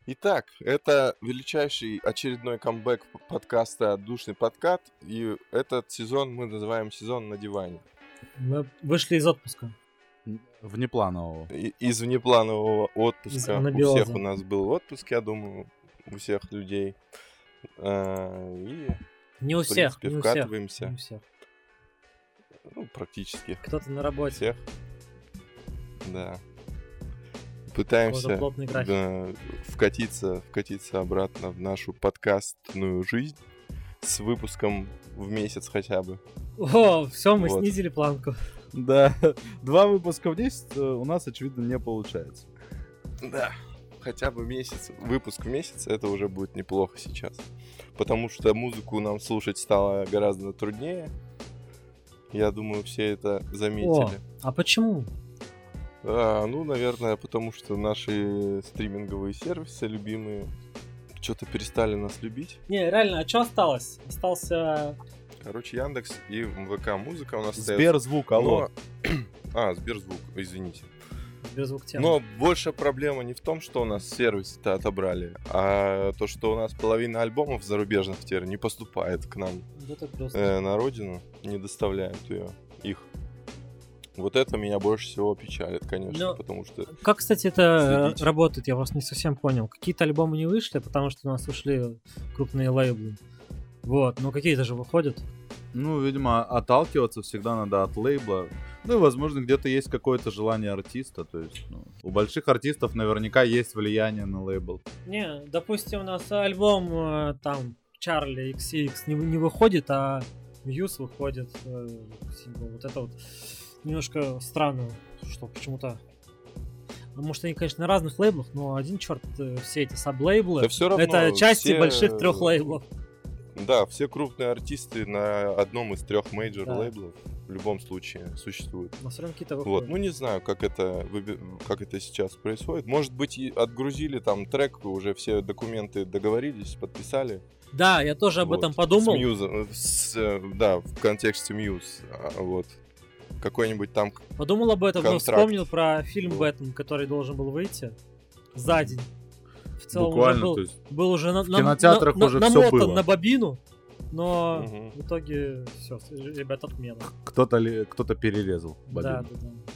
Итак, это величайший очередной камбэк подкаста «Отдушный подкат», и этот сезон мы называем «Сезон на диване». Мы вышли из отпуска. Внепланового. Из внепланового отпуска. Из У анабиоза. всех у нас был отпуск, я думаю, у всех людей. И, Не у в всех, принципе, не у вкатываемся. всех, не у всех. Ну, практически Кто-то на работе. всех. Да. Какой-то Пытаемся плотный график. вкатиться обратно в нашу подкастную жизнь с выпуском в месяц хотя бы. О, все, мы Вот. снизили планку. Да, 2 выпуска в месяц у нас, очевидно, не получается. Да, хотя бы месяц, выпуск в месяц, это уже будет неплохо сейчас. Потому что музыку нам слушать стало гораздо труднее. Я думаю, все это О, заметили. а почему? Ну, наверное, потому что наши стриминговые сервисы любимые что-то перестали нас любить. Не, реально, а что осталось? Остался... Короче, Яндекс и ВК Музыка у нас остается. Сберзвук, алло. Сберзвук, извините. Сберзвук тема. Но больше проблема не в том, что у нас сервисы-то отобрали, а то, что у нас половина альбомов зарубежных теперь не поступает к нам Это просто... на родину, не доставляют их. Вот это меня больше всего печалит, конечно, Но- потому что... Как, кстати, это Следите. работает? Я вас не совсем понял. Какие-то альбомы не вышли, потому что у нас ушли крупные лейблы. Вот, но какие-то же выходят. Ну, видимо, отталкиваться всегда надо от лейбла. Ну и, возможно, где-то есть какое-то желание артиста. То есть, у больших артистов наверняка есть влияние на лейбл. Не, допустим, у нас альбом там Charlie XX не выходит, а Muse выходит сингл. Вот это вот немножко странно, что почему-то. Может, они, конечно, на разных лейблах, но один черт, все эти саблейблы. Да всё равно это части все- больших 3 лейблов. Да, все крупные артисты на одном из 3 мейджор Да. лейблов в любом случае существуют. Но все равно какие-то Вот, выходят. ну не знаю, как это сейчас происходит. Может быть, и отгрузили там трек, уже все документы договорились, подписали. Да, я тоже об Вот. этом подумал. С Muse, да, в контексте Muse. Вот. Какой-нибудь там... Подумал об этом, но Контракт. вспомнил про фильм Вот. Бэтмен, который должен был выйти за день. В целом Буквально, уже то есть... был уже в кинотеатрах уже всё намотан было. на бобину, но Мгм. в итоге все, ребят, отмена. Кто-то перерезал Да, бобину. да.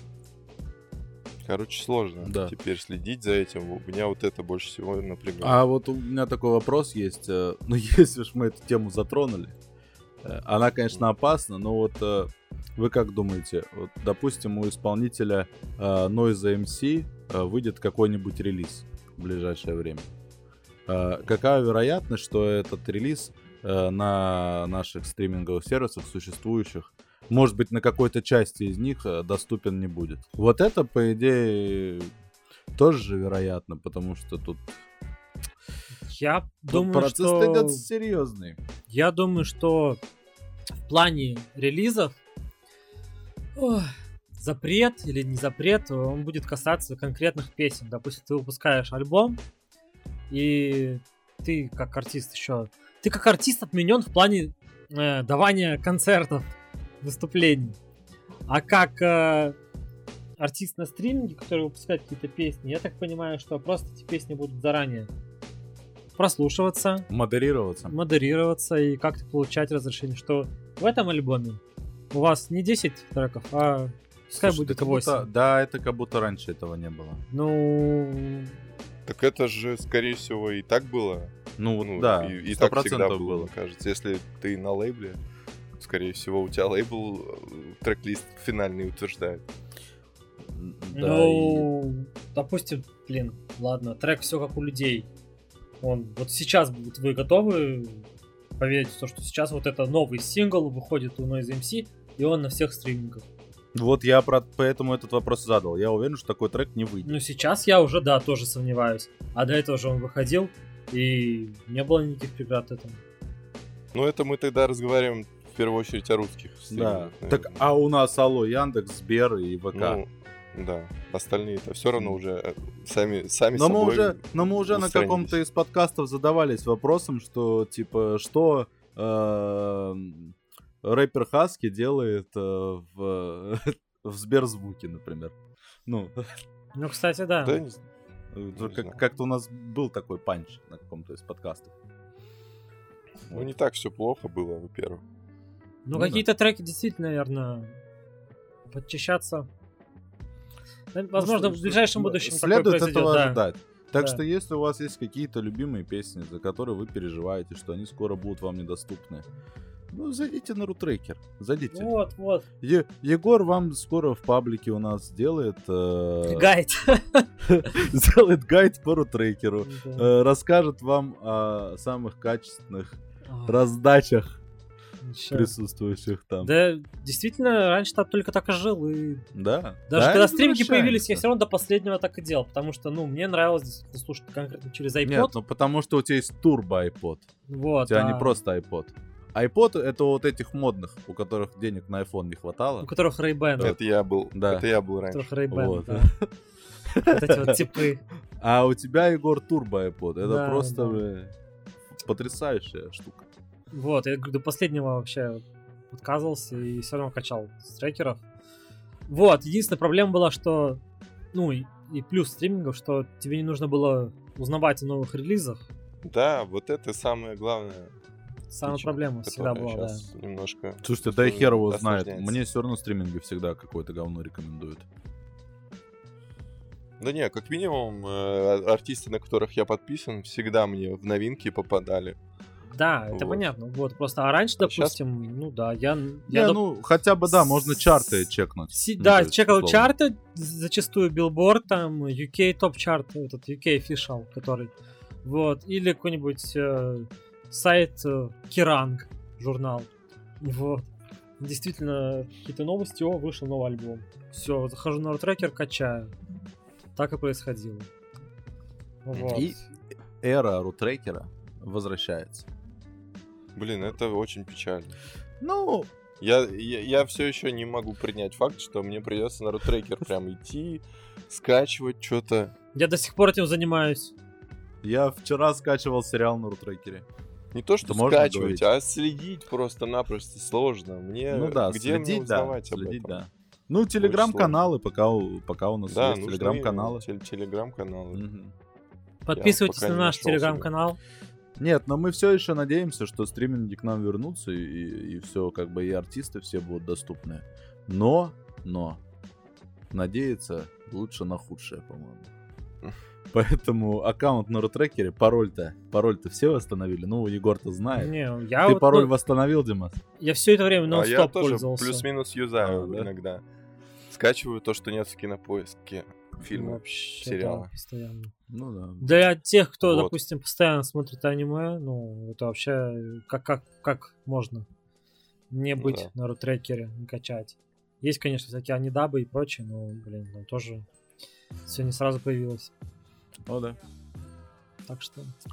Короче, сложно Да. теперь следить за этим. У меня вот это больше всего напрягает. А вот у меня такой вопрос есть. Ну, если уж мы эту тему затронули, она, конечно, опасна, но вот вы как думаете? Вот, допустим, у исполнителя Noise MC выйдет какой-нибудь релиз в ближайшее время. Какая вероятность, что этот релиз на наших стриминговых сервисах существующих, может быть, на какой-то части из них доступен не будет? Вот это, по идее, тоже же вероятно, потому что тут Я думаю, процесс что... идет серьезный. Я думаю, что в плане релизов запрет или не запрет, он будет касаться конкретных песен. Допустим, ты выпускаешь альбом, и ты как артист еще... Ты как артист отменен в плане давания концертов, выступлений. А как артист на стриминге, который выпускает какие-то песни, я так понимаю, что просто эти песни будут заранее прослушиваться, Модерироваться. и как-то получать разрешение, что в этом альбоме у вас не 10 треков, а пускай Слушай, будет это как 8. будто- да, это как будто раньше этого не было. Ну, Так это же, скорее всего, и так было. Ну, вот Ну, да, и так всегда 100% было, мне кажется. Если ты на лейбле, скорее всего, у тебя лейбл трек-лист финальный утверждает. Да, ну, допустим, ладно, трек «Все как у людей». Он вот сейчас будет, вы готовы поверить в то, что сейчас вот это новый сингл выходит у Noise MC, и он на всех стримингах. Вот я поэтому этот вопрос задал. Я уверен, что такой трек не выйдет. Ну, сейчас я уже, да, тоже сомневаюсь. А до этого же он выходил, и не было никаких преград этому. Ну, это мы тогда разговариваем в первую очередь о русских Да. стримингах, Так, наверное. а у нас алло, Яндекс, Сбер и ВК. Ну, да. Остальные-то все равно уже сами Но мы собой уже на устранились. каком-то из подкастов задавались вопросом, что типа что рэпер Хаски делает в Сберзвуке, например. Ну, Ну, кстати, да. Да, знаю. Как-то у нас был такой панч на каком-то из подкастов. Ну, не так все плохо было, во-первых. Ну, Ну какие-то треки действительно, наверное, подчищаться. Возможно, в ближайшем будущем такое следует произойдет, этого да. ожидать. Так Да. что, если у вас есть какие-то любимые песни, за которые вы переживаете, что они скоро будут вам недоступны, ну, зайдите на Рутрекер. Зайдите. Вот. Егор вам скоро в паблике у нас сделает Гайд. сделает гайд по Рутрекеру. Да. Расскажет вам о самых качественных А, раздачах ничего. присутствующих там. Да, действительно, раньше там только так и жил. И Да. даже Да, когда и стриминги появились, я возвращаемся. все равно до последнего так и делал. Потому что, ну, мне нравилось действительно слушать конкретно через iPod. Нет, ну потому что у тебя есть турбо iPod. Вот, У тебя не а просто iPod. iPod это вот этих модных, у которых денег на iPhone не хватало. у которых Ray-Ban. Это я был. Да. Это я был У раньше. которых Ray-Ban, Вот. да. Вот эти вот типы. А у тебя, Егор, турбо iPod. Это Да, просто да. потрясающая штука. Вот, я до последнего вообще отказывался и все равно качал с трекеров. Вот, единственная проблема была, что, ну, и плюс стримингов, что тебе не нужно было узнавать о новых релизах. Да, вот это самое главное. Самая фича, проблема всегда которая была, да. щас немножко... Слушайте, да и хер его знает. осложняется. Мне все равно стриминги всегда какое-то говно рекомендуют. Да не, как минимум, артисты, на которых я подписан, всегда мне в новинки попадали. Да, это Вот. понятно. Вот, просто, а раньше, А щас- допустим, ну да, я Ну, хотя бы, да, можно чарты чекнуть. Ну, да, то есть, чекал условно. чарты, зачастую Billboard, там, UK топ-чарт, этот UK Official, который, вот, или какой-нибудь сайт Kerrang, журнал, вот. Действительно, какие-то новости, вышел новый альбом. Все, захожу на Рутрекер, качаю. Так и происходило. Вот. И эра рутрекера возвращается. Блин, это очень печально. Ну, Я все еще не могу принять факт, что мне придется на рутрекер прям идти, скачивать что-то. Я до сих пор этим занимаюсь. я вчера скачивал сериал на рутрекере. Не то, что Это можно скачивать, говорить? а следить просто-напросто сложно. Мне Ну да, где мне следить, да. узнавать об Следить, этом? да. Ну, телеграм-каналы, пока у нас Да, есть нужны телеграм-каналы. телеграм-каналы. Мгм. Подписывайтесь пока на не наш нашел себе. телеграм-канал. Нет, но мы все еще надеемся, что стриминги к нам вернутся, и все, как бы, и артисты все будут доступны. Но, надеяться лучше на худшее, по-моему. Поэтому аккаунт на рутрекере, пароль-то все восстановили. Ну, Егор-то знает. Не, я Ты вот, пароль ну, восстановил, Димас? я все это время А я нон-стоп тоже пользовался. плюс-минус юзаю А, да? иногда. Скачиваю то, что нет в Кинопоиске. Фильмы, Вообще, сериалы. да, постоянно. Ну да. Для тех, кто, Вот. допустим, постоянно смотрит аниме, ну, это вообще как можно не Ну быть да. на рутрекере, не качать. Есть, конечно, всякие анидабы и прочее, но, блин, там тоже все не сразу появилось. О, да. Так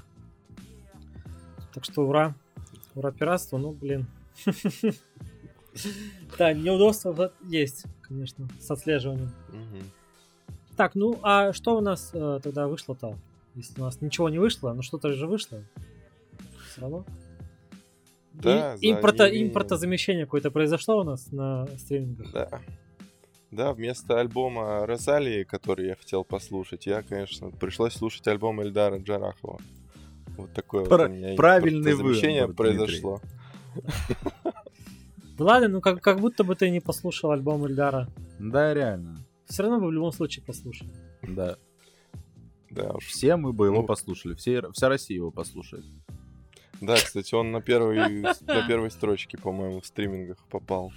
что ура. Ура пиратству, ну, блин. Да, неудобства вот есть, конечно, с отслеживанием. Мгм. Так, ну, а что у нас тогда вышло-то? Если у нас ничего не вышло, ну что-то же вышло. Все равно. Да, за Импортозамещение неимением. какое-то произошло у нас на стримингах. Да. Да, вместо альбома Розалии, который я хотел послушать, конечно, пришлось слушать альбом Эльдара Джарахова. Вот такое вот у меня правильный импортозамещение выбор, произошло. Да ладно, ну как будто бы ты не послушал альбом Эльдара. Да, реально. Все равно бы в любом случае послушал. Да. Да, уж. Все мы бы его Ну. послушали. Вся Россия его послушает. Да, кстати, он на первой строчке, по-моему, в стримингах попал.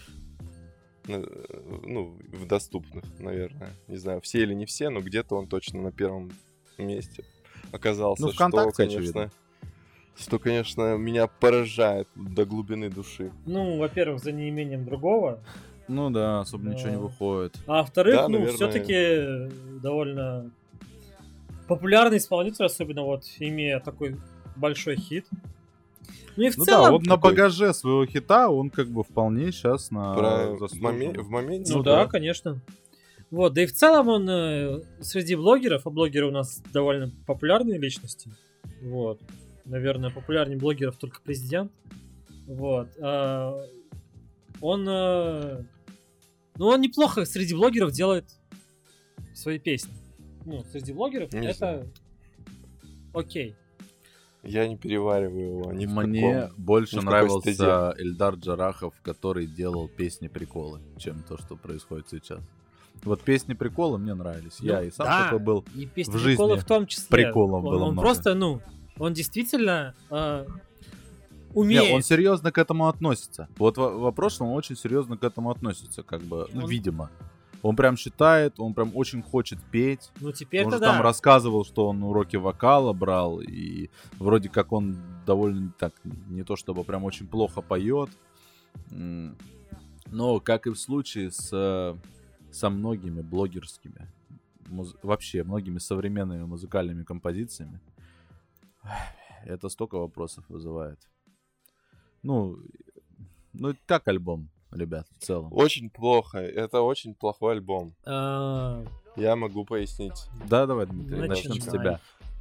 Ну, в доступных, наверное. Не знаю, все или не все, но где-то он точно на первом месте оказался. Ну, ВКонтакте, Что, конечно, меня поражает до глубины души. Ну, во-первых, за неимением другого. Ну да, особо Да. ничего не выходит. А во-вторых, Да, ну, наверное. все-таки довольно популярный исполнитель, особенно вот имея такой большой хит. Ну и в Ну целом... да, он на такой- багаже своего хита, он как бы вполне сейчас на В заслуженном. моменте. Ну да, конечно. Вот, да и в целом он среди блогеров, а блогеры у нас довольно популярные личности. Вот. Наверное, популярнее блогеров только президент. Вот. Он неплохо среди блогеров делает свои песни. ну, среди блогеров, Не это знаю. окей. Я не перевариваю его ни в Мне каком. больше ни в какой нравился стезе. Эльдар Джарахов, который делал песни-приколы, чем то, что происходит сейчас. Вот песни-приколы мне нравились. Я Ну, и сам да, такой был. и песни в жизни приколы в том числе. приколов было Он много. просто, ну, он действительно Не, умеет. он серьезно к этому относится. Вот во прошлом он очень серьезно к этому относится, как бы, ну, Он- видимо. Он прям считает, он прям очень хочет петь. Ну, Он теперь-то же да. там рассказывал, что он уроки вокала брал, и вроде как он довольно так, не то чтобы прям очень плохо поет. Но, как и в случае со многими блогерскими, вообще многими современными музыкальными композициями, это столько вопросов вызывает. Ну как альбом, ребят, в целом. Очень плохо. Это очень плохой альбом. А, Я могу пояснить. Да, давай, Дмитрий, начнем с Начинай. тебя.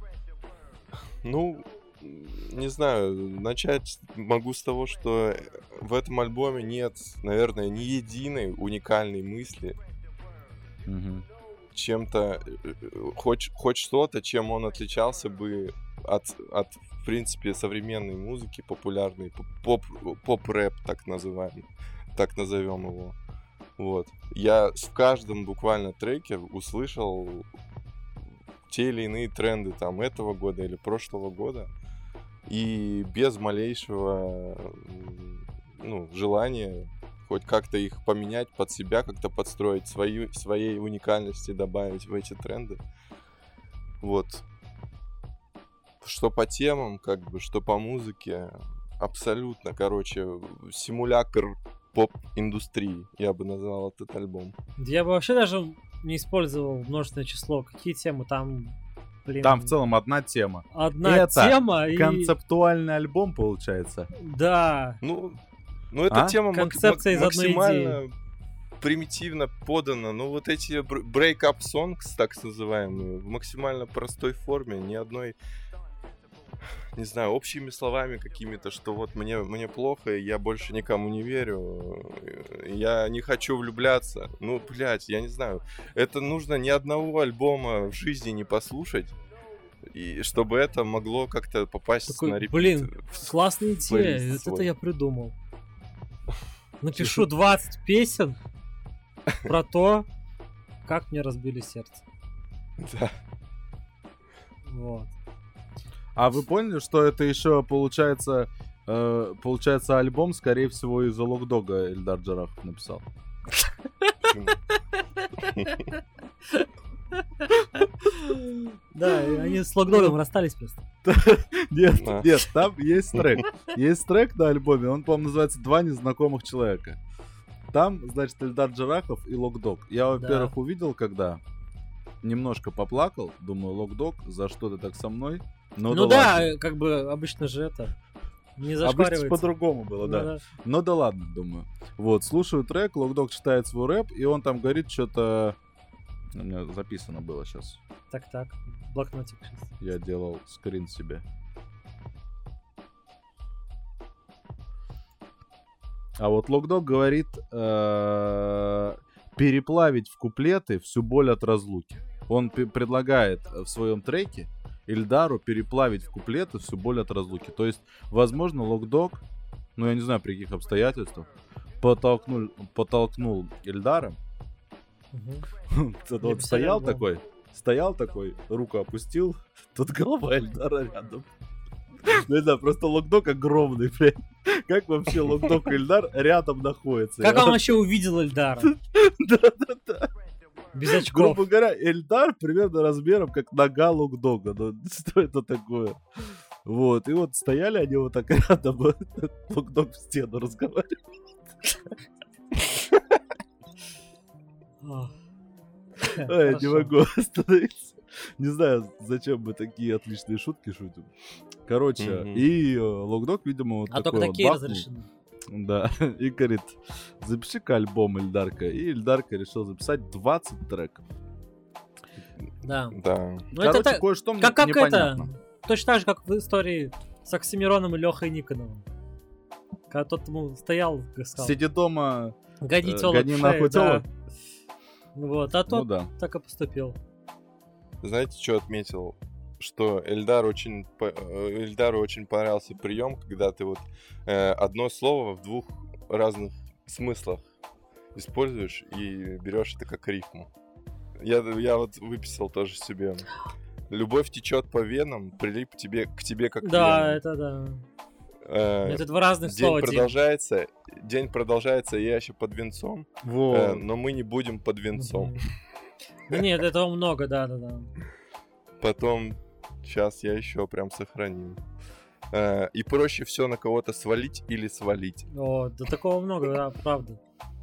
Ну, не знаю, начать могу с того, что в этом альбоме нет, наверное, ни единой уникальной мысли, Мгм. чем-то, хоть что-то, чем он отличался бы от в принципе, современной музыки, популярной, поп-рэп, так называемый, так назовем его. Вот. Я в каждом буквально треке услышал те или иные тренды там этого года или прошлого года, и без малейшего желания хоть как-то их поменять под себя, как-то подстроить своей уникальности, добавить в эти тренды. Вот. Что по темам, как бы, что по музыке, абсолютно, короче, симулятор поп-индустрии, я бы назвал этот альбом. Я бы вообще даже не использовал множественное число. Какие темы там, блин. Там в целом одна тема. одна это тема и... Концептуальный альбом, получается. Да. Ну эта тема Концепция из одной максимально примитивно подана. Ну, вот эти break-up songs, так называемые, в максимально простой форме, ни одной, не знаю, общими словами какими-то, что вот мне плохо, и я больше никому не верю, я не хочу влюбляться. Ну, блядь, я не знаю. Это нужно ни одного альбома в жизни не послушать, и чтобы это могло как-то попасть Такой, на репит. блин, классная идея. плейлист Вот это свой. я придумал. Напишу 20 песен про то, как мне разбили сердце. Да. Вот. А вы поняли, что это еще получается альбом, скорее всего, из-за Локдога Эльдар Джарахов написал? Да, и они с Локдогом расстались просто. Нет, Да. нет, там есть трек. Есть трек на альбоме, он, по-моему, называется «Два незнакомых человека». Там, значит, Эльдар Джарахов и Локдог. Я, во-первых, увидел, когда немножко поплакал, думаю, Локдог, за что ты так со мной? Ну ладно. да, как бы обычно же это не Обычно зашпаривается. по-другому было, Ну да. Ну да ладно, думаю. Вот, слушаю трек, Локдог читает свой рэп, и он там говорит что-то... У меня записано было сейчас. Так, блокнотик сейчас. Я делал скрин себе. А вот Локдог говорит переплавить в куплеты всю боль от разлуки. Он предлагает в своем треке Эльдару переплавить в куплеты всю боль от разлуки. То есть, возможно, Локдог, ну я не знаю при каких обстоятельствах, подтолкнул Эльдара. Мгм. Тот Я вот представляю, стоял такой, руку опустил, тут голова Эльдара рядом. Ну, не знаю, просто Локдог огромный, блядь. Как вообще Локдог и Эльдар рядом находятся? Как он вообще увидел Эльдара? Да. Без очков. Грубо говоря, Эльдар примерно размером как нога Локдога. Ну, что это такое? Вот, и вот стояли они вот так рядом, Локдог в стену разговаривал. Ох. Ой, не Хорошо. могу остановиться. Не знаю, зачем мы такие отличные шутки шутим. Короче, Мгм. и Локдог, видимо, вот А такой только вот такие бахнул. разрешены. Да, и говорит, запиши-ка альбом Эльдарка. И Эльдарка решил записать 20 треков. Да. Да. Ну это Короче, так, кое-что мне как это, непонятно. точно так же, как в истории с Оксимироном и Лехой Никоновым. Когда тот ему стоял, сказал, Сиди дома, гони гони телок в нахуй шею, да. телок. Вот, а ну тот да. так и поступил. знаете, что отметил? Что Эльдару очень понравился прием, когда ты вот одно слово в двух разных смыслах используешь и берешь это как рифму. Я вот выписал тоже себе. Любовь течет по венам, прилип к тебе как Да, вены. это да. Это два разных слова. День продолжается, я еще под венцом, Вот. но мы не будем под венцом. Да нет, этого много, да. Потом, сейчас я еще прям сохраню. И проще все на кого-то свалить или свалить. О, да такого много, да, правда.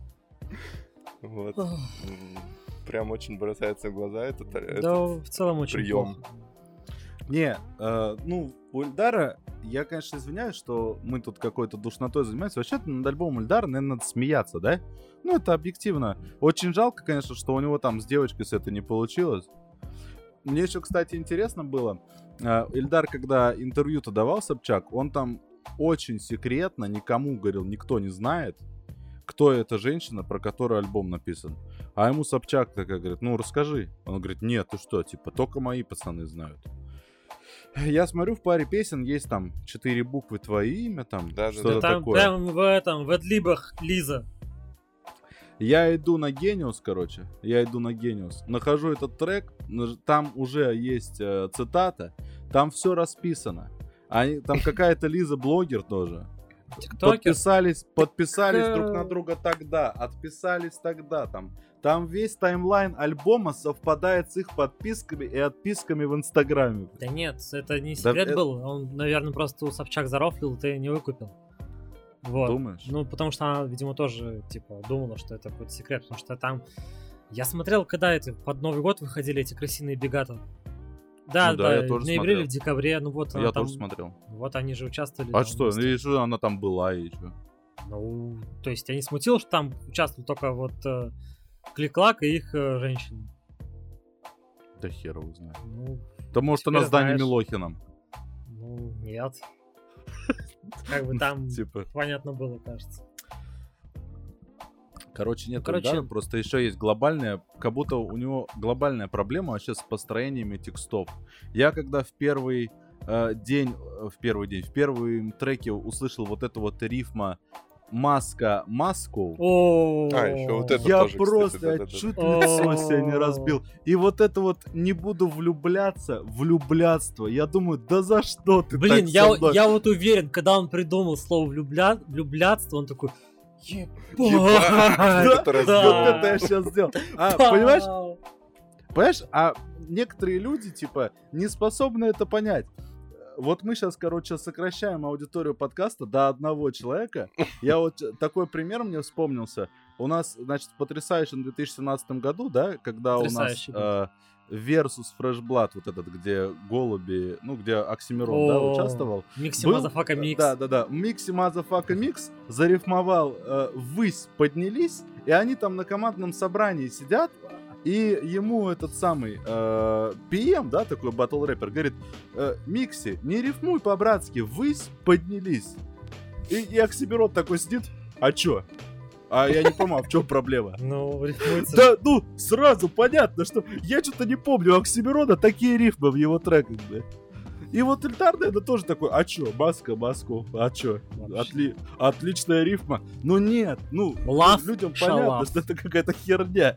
Вот. Прям очень бросается в глаза этот Да, в целом очень прием. плохо. Не, у Эльдара, я, конечно, извиняюсь, что мы тут какой-то душнотой занимаемся. Вообще-то над альбомом Эльдара, наверное, надо смеяться, да? Ну, это объективно. Очень жалко, конечно, что у него там с девочкой с этой не получилось. Мне еще, кстати, интересно было. Эльдар, когда интервью-то давал Собчак, он там очень секретно, никому говорил, никто не знает, кто эта женщина, про которую альбом написан. А ему Собчак такая говорит, ну, расскажи. Он говорит, нет, ты что, типа, только мои пацаны знают. Я смотрю, в паре песен есть там 4 буквы «Твое имя», там Да, что-то Там такое. прям в Эдлибах Лиза. Я иду на Genius, короче. Нахожу этот трек, там уже есть цитата, там все расписано. Там какая-то Лиза блогер тоже. Тиктокер. Подписались друг на друга тогда, отписались тогда. Там весь таймлайн альбома совпадает с их подписками и отписками в Инстаграме. Да нет, это не секрет был. Он, наверное, просто у Собчак зарофлил, ты не выкупил. Вот. Думаешь? Ну, потому что она, видимо, тоже, типа, думала, что это какой-то секрет. Потому что там... Я смотрел, когда это под Новый год выходили эти крысиные бегаты. Да, Ну да, я тоже в ноябре смотрел. или в декабре, ну вот она Я там... тоже смотрел. Вот они же участвовали. А там что? вместе. И что она там была, и что? Ну, то есть я не смутил, что там участвовал только вот Клик-Клак и их женщины. Да хер его знает. Ну, Да может теперь она с Даней знаешь. Милохиным. ну, нет. Как бы там Типа. понятно было, кажется. Короче, нет, Короче- Эльдара, просто еще есть глобальная, как будто у него глобальная проблема вообще с построениями текстов. Я когда в первый в первом треке услышал вот эту вот рифма «Маска, маску», О, еще вот это я тоже, кстати, просто да-да-да. чуть лицо себе не разбил. И вот это вот «не буду влюбляться», влюблядство. Я думаю, да за что ты Блин, так со мной? я вот уверен, когда он придумал слово влюблядство, он такой... Ебать, это Вот это я сейчас сделал. Понимаешь, а некоторые люди, типа, не способны это понять. Вот мы сейчас, короче, сокращаем аудиторию подкаста до одного человека. Я вот такой пример мне вспомнился. У нас, значит, в потрясающем 2017 году, да, когда у нас Потрясающий год. Versus Fresh Blood, вот этот, где голуби, ну, где Оксимирон, да, участвовал. Микси Был- Мазафака Микс. Да. Микси Мазафака Микс зарифмовал «ввысь поднялись», и они там на командном собрании сидят, и ему этот самый PM, да, такой батл-рэпер, говорит, Микси, не рифмуй по-братски, «ввысь поднялись». И Оксимирон такой сидит, а чё? А я не понимаю, в чем проблема? Ну, рифмуется. Да, ну, сразу понятно, что я что-то не помню у Оксимирона такие рифмы в его треках, да. И вот Эльдар, наверное, тоже такой, а чё, маску, а чё, отличная рифма. Ну нет, ну, Лав, людям шалав. понятно, что это какая-то херня.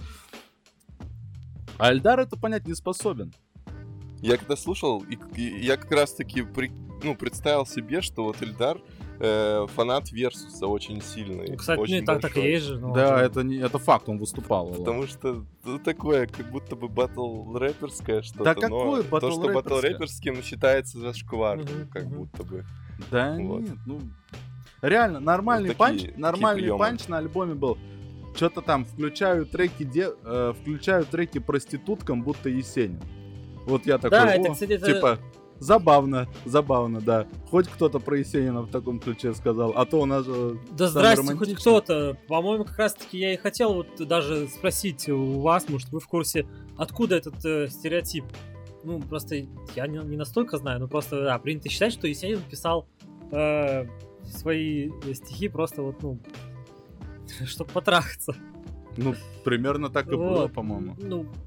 А Эльдар это понять не способен. Я когда слушал, и я как раз-таки представил себе, что вот Эльдар фанат Версуса очень сильный. Ну, кстати, очень ну, так и большой. есть же. ну, Да, он же- это факт, он выступал. Потому что такое, как будто бы батл-рэперское что-то. Да какое но то, что батл-рэперское? батл-рэперским считается зашквар, Мгм, как мгм. будто бы. Да Вот. нет, ну... Реально, нормальный Вот панч, такие нормальный приемы. панч на альбоме был. Что-то там, включаю треки проституткам, будто Есенин. Вот я такой, Да, это, «О, кстати, это- типа, забавно, да. Хоть кто-то про Есенина в таком ключе сказал, а то у нас же... Да самый здрасте, хоть романтичный». кто-то. По-моему, как раз-таки я и хотел вот даже спросить у вас, может, вы в курсе, откуда этот стереотип? Ну, просто я не настолько знаю, но просто, да, принято считать, что Есенин писал свои стихи просто вот, ну, чтобы потрахаться. Ну, примерно так и было, Вот. по-моему. Ну,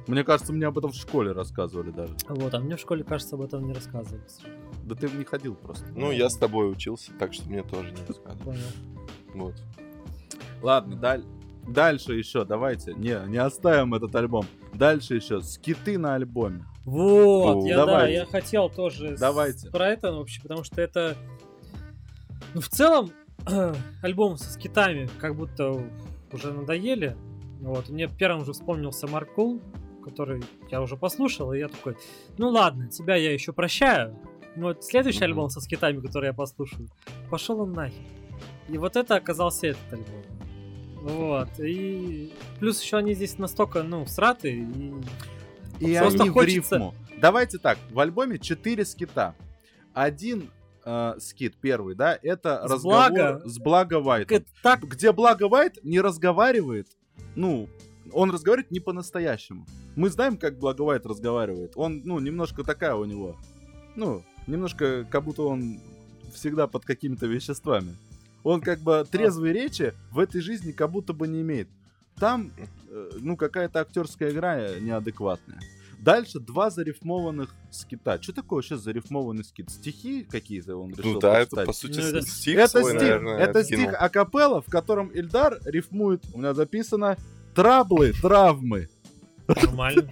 Мне кажется, мне об этом в школе рассказывали даже. Вот, а мне в школе, кажется, об этом не рассказывали. Да ты не ходил просто. Ну, я с тобой учился, так что мне тоже не рассказывали. Понял. Вот. Ладно, дальше еще, давайте. Не оставим этот альбом. Дальше еще скиты на альбоме. Вот, давайте. я хотел тоже Давайте. про это вообще, потому что это... Ну, в целом, альбом со скитами как будто уже надоели. Вот, мне первым же вспомнился Марк Кул, который я уже послушал, и я такой, ну ладно, тебя я еще прощаю. Но вот следующий альбом со скитами, который я послушаю, пошел он нахер. И вот это оказался этот альбом. Вот, и плюс еще они здесь настолько, всраты, И просто они хочется- в рифму. Давайте так, в альбоме 4 скита. Один скит первый, да, это С разговор Благо. с Благо Вайтом. это так Где Благо Вайт не разговаривает, он разговаривает не по-настоящему. Мы знаем, как Благо Вайт разговаривает. Он, немножко такая у него, немножко как будто он всегда под какими-то веществами. Он как бы трезвой речи в этой жизни как будто бы не имеет. Там, какая-то актерская игра неадекватная. Дальше 2 зарифмованных скита. Что такое вообще зарифмованный скит? Стихи какие-то он решил Ну да, это подставить? по сути Ну, это- стих Это свой, стих, наверное, это скинул. стих акапелла, в котором Ильдар рифмует, у меня записано, траблы, травмы. нормально.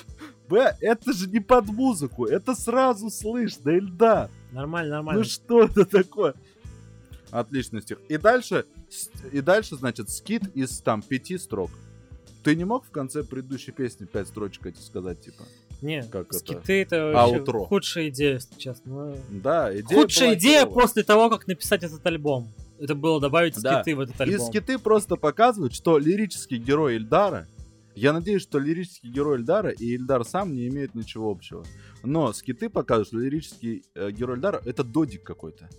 Это же не под музыку, это сразу слышно, Ильдар. Нормально. Ну что это такое? Отличный стих. И дальше, значит, скит из 5 строк. Ты не мог в конце предыдущей песни 5 строчек эти сказать, типа? Не, Как это? скиты это вообще Аутро. худшая идея, если честно. Да, идея Худшая была идея клевая. после того, как написать этот альбом. Это было добавить Да. скиты в этот И альбом. скиты просто показывают, что лирический герой Ильдара, я надеюсь, что лирический герой Ильдара и Ильдар сам не имеют ничего общего. Но скиты показывают, что лирический герой Ильдара — это додик какой-то.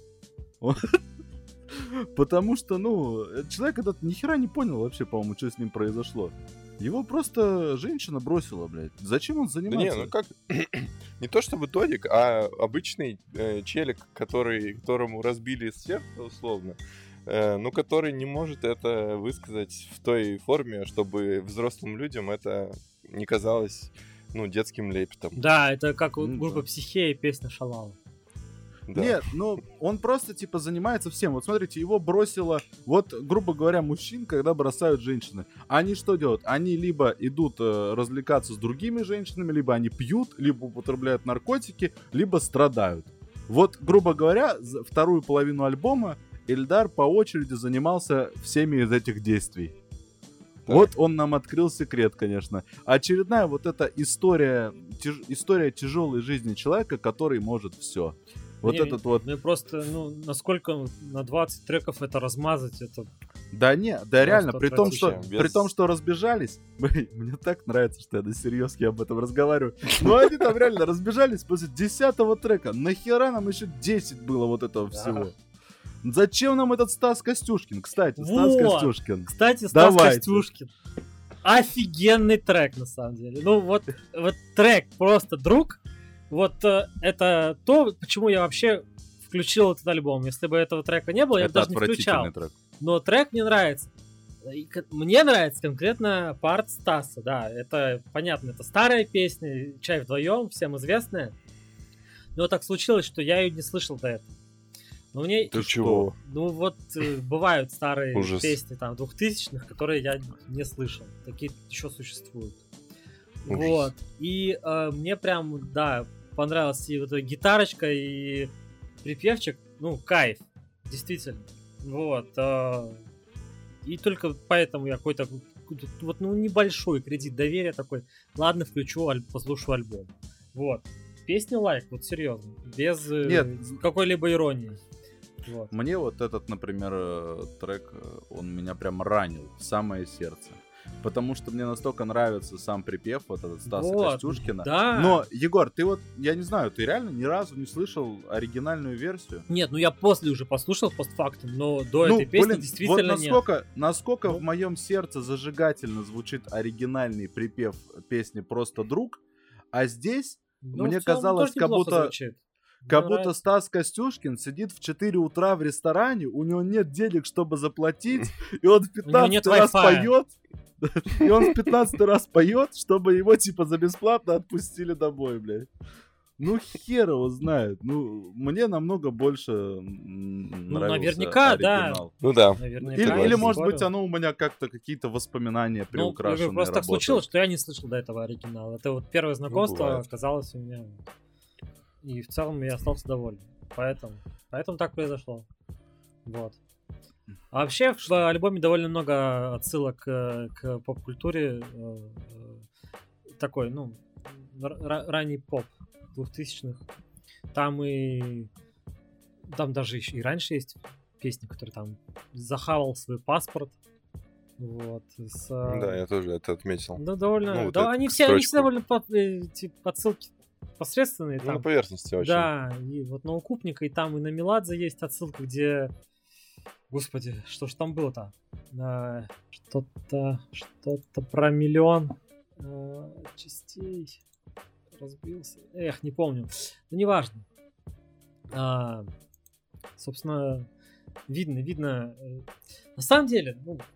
Потому что, человек этот ни хера не понял вообще, по-моему, что с ним произошло. Его просто женщина бросила, блядь. Зачем он Да занимается? не, как... Не то чтобы додик, а обычный челик, которому разбили сердце, условно, но который не может это высказать в той форме, чтобы взрослым людям это не казалось, детским лепетом. Да, это как у Ну группы да. Психея песня Шалава. Да. Нет, он просто, занимается всем. Вот смотрите, его бросило, грубо говоря, мужчин, когда бросают женщины. Они что делают? Они либо идут развлекаться с другими женщинами, либо они пьют, либо употребляют наркотики, либо страдают. Вот, грубо говоря, вторую половину альбома Ильдар по очереди занимался всеми из этих действий. Так. Вот он нам открыл секрет, конечно. Очередная вот эта история тяжелой жизни человека, который может все. Вот Не, этот вот. Ну и просто, насколько на 20 треков это размазать, это... Да реально, при том, отвратительно. что разбежались. Мне так нравится, что я до серьезки об этом разговариваю. Но они там реально разбежались после 10-го трека. Нахера нам еще 10 было вот этого всего? Зачем нам этот Стас Костюшкин? Кстати, Стас Вот. Костюшкин. Кстати, Стас Давайте. Костюшкин. Офигенный трек, на самом деле. Вот трек просто «Друг». Вот это то, почему я вообще включил этот альбом. Если бы этого трека не было, я бы Это даже не включал. отвратительный трек. Но трек мне нравится. Мне нравится конкретно парт Стаса, да. Это понятно, это старая песня, «Чай вдвоем», всем известная. Но так случилось, что я ее не слышал до этого. Но мне... Ты чего? Бывают старые Ужас. песни там 2000-х, которые я не слышал. Такие еще существуют. Ужас. Вот. И мне прям, понравилась и вот эта гитарочка, и припевчик. Кайф. Действительно. Вот. И только поэтому я какой-то небольшой кредит доверия такой. Ладно, послушаю альбом. Вот. Песня лайк, вот серьезно. Без Нет. какой-либо иронии. Вот. Мне вот этот, например, трек, он меня прям ранил в самое сердце. Потому что мне настолько нравится сам припев вот этот Стаса Костюшкина. Да. Но, Егор, ты я не знаю, ты реально ни разу не слышал оригинальную версию? Нет, я после уже послушал постфактум, но до этой песни действительно нет. Насколько в моем сердце зажигательно звучит оригинальный припев песни «Просто друг», а здесь мне в целом казалось, тоже как неплохо будто... звучит. Как Мне будто нравится. Стас Костюшкин сидит в 4 утра в ресторане, у него нет денег, чтобы заплатить, и он в У него нет 15 раз Wi-Fi. поет. И он в 15-й раз поет, чтобы его, типа, за бесплатно отпустили домой, блядь. Ну, хер его знает. Ну, мне намного больше нравился наверняка, оригинал. Ну да. Наверняка. Или может быть, оно у меня как-то какие-то воспоминания приукрашенные Ну, просто так работают. случилось, что я не слышал до этого оригинала. Это вот первое знакомство бывает. оказалось у меня. И в целом я остался доволен. Поэтому так произошло. Вот. А вообще в альбоме довольно много отсылок к поп-культуре. Такой, ну, ранний поп 2000-х. Там даже еще и раньше есть песни, которые там захавал свой паспорт. Вот. Да, я тоже это отметил. Да, довольно. Ну, вот да, эту они все строчку. довольно отсылки посредственные. Ну, Там. на поверхности очень. Да, и вот на Укупника, и там, и на Меладзе есть отсылка, где... Господи, что ж там было-то? Что-то про миллион частей разбился. Эх, не помню. Ну, неважно. Собственно, видно. На самом деле,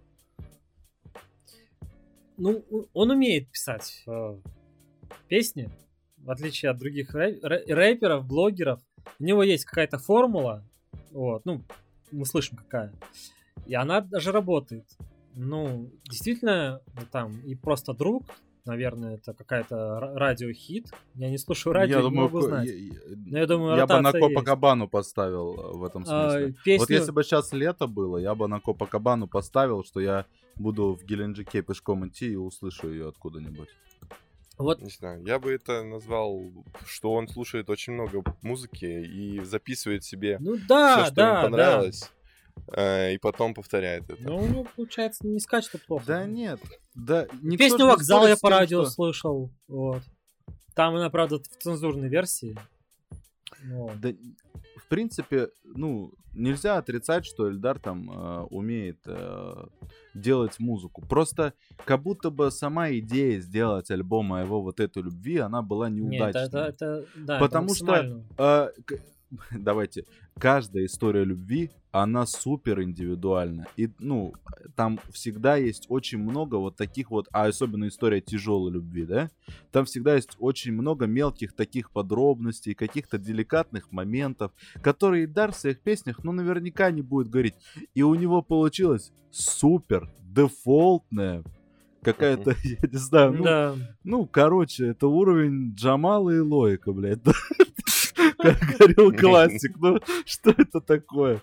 он умеет писать песни, в отличие от других рэперов, блогеров. У него есть какая-то формула, вот, ну, мы слышим какая, и она даже работает. Ну, действительно, там и просто друг, наверное, это какая-то радиохит. Я не слушаю радио, не могу знать. Но я думаю, я бы на ротация есть. Копакабану поставил в этом смысле. Песню... Вот если бы сейчас лето было, я бы на Копакабану поставил, что я буду в Геленджике пешком идти и услышу ее откуда-нибудь. Вот. Не знаю, я бы это назвал, что он слушает очень много музыки и записывает себе Ну да, все, что ему понравилось, и потом повторяет это. Ну, у него, получается, не скачет плохо. Да нет. Да, Песню «Вокзал» я по радио слышал. Вот. Там она, правда, в цензурной версии. Вот. Да, в принципе, ну, нельзя отрицать, что Эльдар там умеет делать музыку. Просто как будто бы сама идея сделать альбом о его вот этой любви, она была неудачной. Нет, да, потому это что, давайте, каждая история любви, она супер индивидуальна. И, ну, там всегда есть очень много вот таких вот, а особенно история тяжелой любви, да? Там всегда есть очень много мелких таких подробностей, каких-то деликатных моментов, которые Эльдар в своих песнях, ну, наверняка не будет говорить. И у него получилось супер дефолтная какая-то, я не знаю, ну, короче, это уровень Джамала и Лоика, блядь. Как говорил классик, ну, что это такое?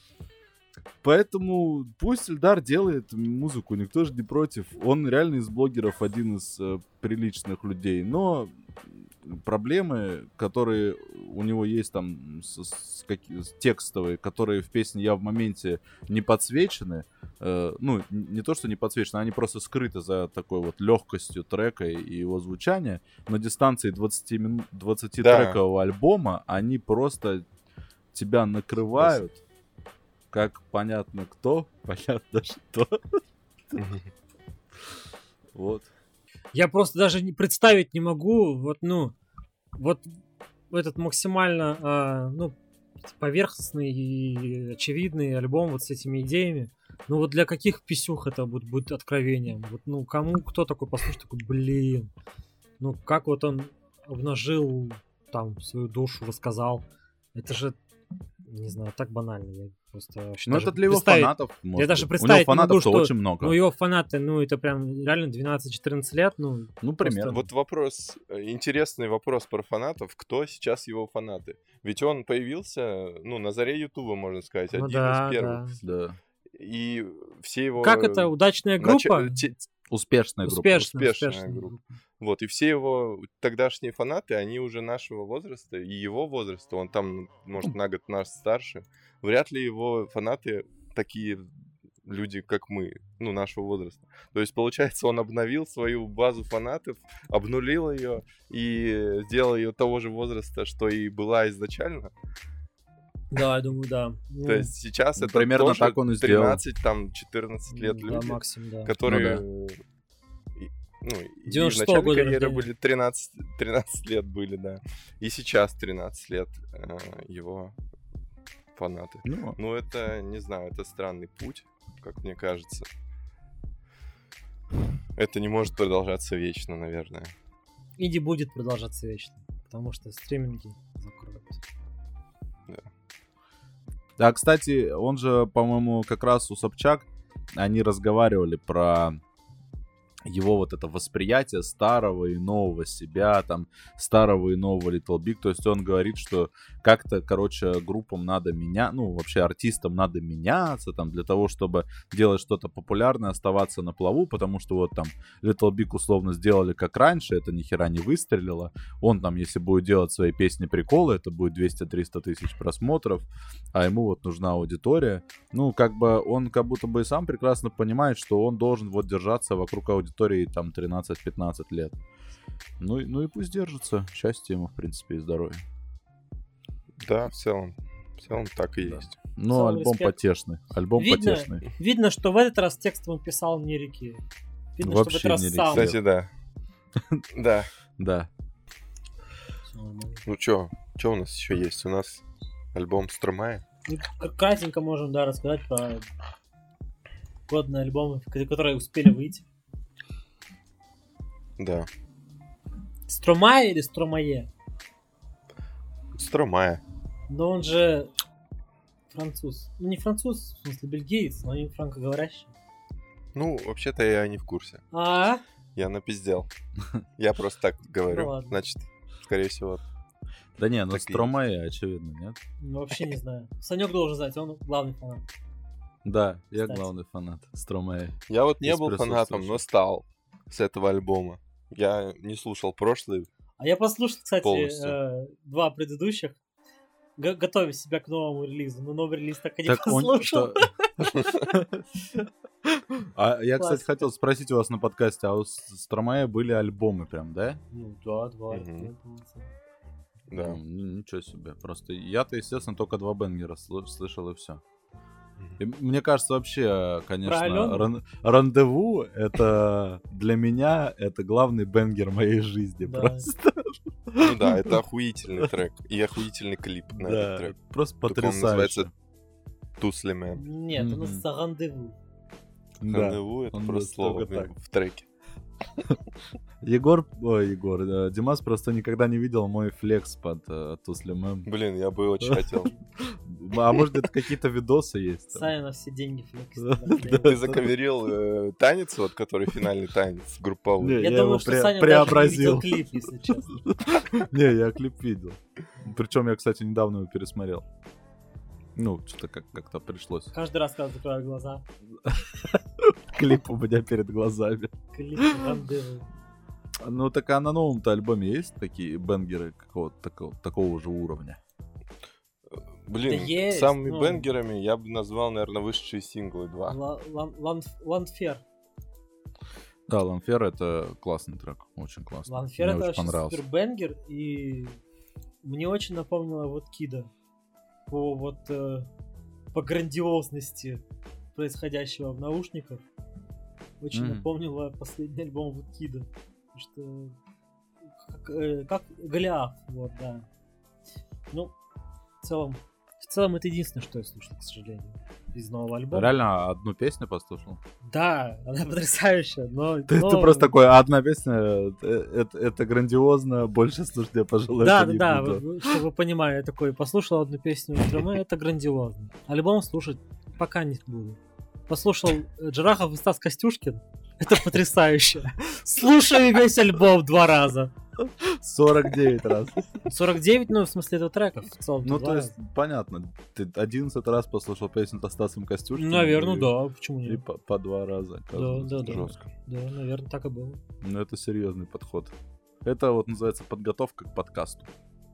Поэтому пусть Эльдар делает музыку, никто же не против. Он реально из блогеров один из приличных людей. Но проблемы, которые у него есть там текстовые, которые в песне «Я в моменте» не подсвечены, ну, не то, что не подсвечены, они просто скрыты за такой вот легкостью трека и его звучания. На дистанции 20-трекового альбома они просто тебя накрывают, как понятно кто, понятно что. Вот. Я просто даже представить не могу, вот этот максимально, поверхностный и очевидный альбом вот с этими идеями. Ну вот для каких писюх это будет откровением? Вот, ну, кому кто такой послушает, такой, блин, ну как вот он обнажил там свою душу, рассказал. Это же, не знаю, так банально. Я просто ну это для его фанатов. Я даже представить у него фанатов не могу, что очень много. Ну его фанаты, ну это прям реально 12-14 лет. Ну примерно. Вот вопрос, интересный вопрос про фанатов. Кто сейчас его фанаты? Ведь он появился, ну, на заре Ютуба, можно сказать, один из первых. Да. И все его... Как это? Удачная группа? Успешная группа. Успешная группа. Вот, и все его тогдашние фанаты, они уже нашего возраста, и его возраста, он там, может, на год нас старше. Вряд ли его фанаты такие люди, как мы, ну, нашего возраста. То есть, получается, он обновил свою базу фанатов, обнулил ее и сделал ее того же возраста, что и была изначально. Да, я думаю, да. То есть сейчас это примерно тоже так он и сделал. 13-14 лет люди, да, максимум, да. которые... и в начале карьеры были 13 лет были, да. И сейчас 13 лет его фанаты. Ну, это, не знаю, это странный путь, как мне кажется. это не может продолжаться вечно, наверное. И не будет продолжаться вечно, потому что стриминги закроют. Да, кстати, он же, по-моему, как раз у Собчак, они разговаривали про его вот это восприятие старого и нового себя, там, старого и нового Little Big. То есть он говорит, что как-то, короче, группам надо меняться, ну, вообще артистам надо меняться, там, для того, чтобы делать что-то популярное, оставаться на плаву, потому что вот там Little Big условно сделали как раньше, это ни хера не выстрелило. Он там, если будет делать свои песни-приколы, это будет 200-300 тысяч просмотров, а ему вот нужна аудитория. Ну, как бы он как будто бы и сам прекрасно понимает, что он должен вот держаться вокруг аудитории там 13-15 лет. Ну и пусть держится. Счастья ему, в принципе, и здоровья. Да, в целом так и есть. Но Целый альбом респект. потешный. Альбом потешный. Видно, что в этот раз текст он писал не Реки. Видно, Вообще что в этот раз не сам. Реки. Кстати, да. Да. Да. Всё нормально. Ну чё у нас еще есть? У нас альбом Стромае. Ну, кратенько можем, да, рассказать про годные альбомы, которые успели выйти. Да. Стромае или Стромае? Стромае. Но он же француз. Ну, не француз, в смысле бельгиец, но не франкоговорящий. Ну, вообще-то я не в курсе. А? Я напиздел. Я просто так Ну говорю. ладно. Значит, скорее всего. Да не, ну Так и Стромае, очевидно, нет? Ну, вообще не знаю. Санек должен знать, он главный фанат. Да, я Кстати. главный фанат Стромае. Я вот не Из был фанатом, но присутствующих. стал с этого альбома. Я не слушал прошлый. А я послушал, кстати, Полностью. 2 предыдущих, готовя себя к новому релизу, но новый релиз так и не Так он- послушал. А я, кстати, Классика. хотел спросить у вас на подкасте, а у Стромае были альбомы прям, да? Ну да, 2. Мгм. Да. Ничего себе. Просто я-то, естественно, только 2 бенгера слышал и все. И мне кажется, вообще, конечно, Алену? рандеву это для меня это главный бенгер моей жизни. Да. Просто. Ну да, это охуительный трек. И охуительный клип на этот Да, трек. просто Только он потрясающе. называется Туслемен. Нет, у Мгм. нас рандеву. Да. Рандеву — это он просто слово только так. в треке. Егор, Димас просто никогда не видел мой флекс под Туслемем. Блин, я бы очень хотел. А может, это какие-то видосы есть? там? Саня на все деньги флекс. Да. Ты заковерил танец, вот, который финальный танец групповой. Не, Я я думаю, его что Саня даже не преобразил. видел клип, если честно. Не, я клип видел. Причем я, кстати, недавно его пересмотрел. Ну, что-то как-то пришлось. Каждый раз, когда закрываю глаза, Клип у меня перед глазами. клип рандеву. Ну, так а на новом-то альбоме есть такие бенгеры какого-то такого же уровня? Блин, Да есть, самыми ну. бенгерами я бы назвал, наверное, вышедшие синглы 2. Ланфер. Да, Ламфер — это классный трек, очень классный. Ланфер Мне это очень вообще понравился. супер бенгер, и мне очень напомнило вот Кида по грандиозности происходящего в наушниках. Очень Мгм. напомнило последний альбом вот Кида. Что как Голиаф, вот, да. Ну, в целом это единственное, что я слушал, к сожалению, из нового альбома. Реально одну песню послушал? Да, она потрясающая, но... Ты просто такой, одна песня, это грандиозно, больше слушать я, пожалуй, Да, это не да, буду. чтобы вы понимали, я такой послушал одну песню Стромае, это грандиозно. Альбом слушать пока не буду. Послушал Джарахов и Стас Костюшкин, это потрясающе. Слушаю весь альбом 2 раза. 49 раз. 49, ну, в смысле, это треков. В целом, Ну, 2 то раза. есть, понятно, ты 11 раз послушал песню со Стасом Костюшкиным. Наверное, и- да, почему И нет? по 2 раза. оказывается. да. Жестко. Да, наверное, так и было. Ну, это серьезный подход. Это вот называется подготовка к подкасту.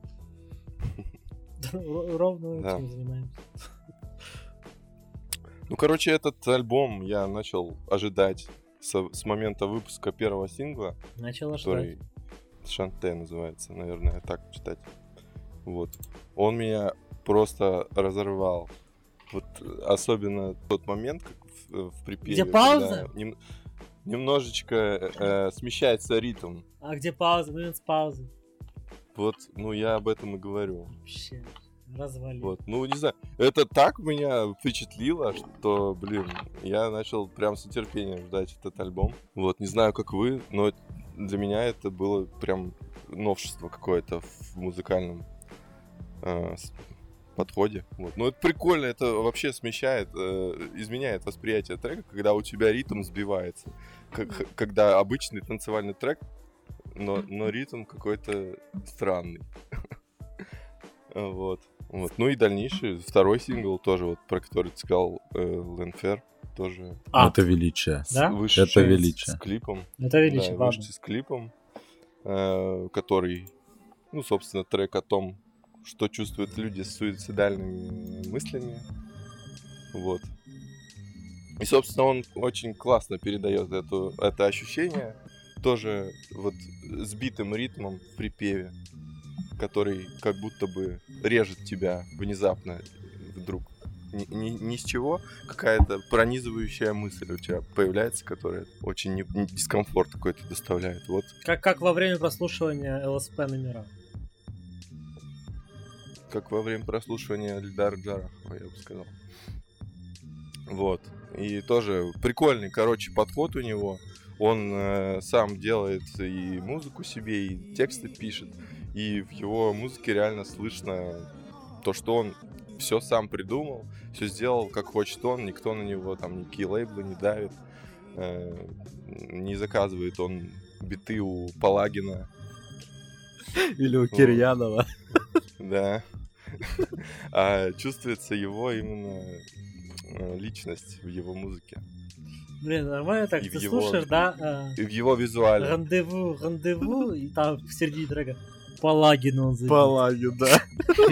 Ровно Да. этим занимаемся. Ну, короче, этот альбом я начал ожидать с момента выпуска первого сингла, Начал ожидать. который Шанте называется, наверное, так читать. Вот. Он меня просто разорвал. Вот особенно тот момент, как в припеве. Где пауза? когда немножечко смещается ритм. А где пауза? Момент с паузы. Вот, ну я об этом и говорю. Вообще. Развали. Вот, ну, не знаю, это так меня впечатлило, что, блин, я начал прям с нетерпением ждать этот альбом. Вот, не знаю, как вы, но для меня это было прям новшество какое-то в музыкальном подходе. Вот. Ну, это прикольно, это вообще смещает, изменяет восприятие трека, когда у тебя ритм сбивается. Когда обычный танцевальный трек, но ритм какой-то странный. Вот. Ну и дальнейший, второй сингл тоже, вот про который ты сказал, Ленфер, тоже Это величие. Да? вышедший Это величие. с клипом. Это величие, Да, ладно. вышедший с клипом, который, ну, собственно, трек о том, что чувствуют люди с суицидальными мыслями. Вот. И, собственно, он очень классно передает это ощущение, тоже вот сбитым ритмом в припеве, который как будто бы режет тебя внезапно вдруг. Ни с чего какая-то пронизывающая мысль у тебя появляется, которая очень дискомфорт какой-то доставляет. Вот. Как во время прослушивания ЛСП номера. Как во время прослушивания Эльдара Джарахова, я бы сказал. Вот. И тоже прикольный, короче, подход у него. Он сам делает и музыку себе, и тексты пишет. И в его музыке реально слышно то, что он все сам придумал, все сделал, как хочет он. Никто на него там никакие лейблы не давит. Не заказывает он биты у Палагина. Или у Кирьянова. Да. А чувствуется его именно личность в его музыке. Блин, нормально так, И в ты его- слушаешь, да? И в его визуале. Рандеву, и там в середине трека Палагин он забит. Палагин, да.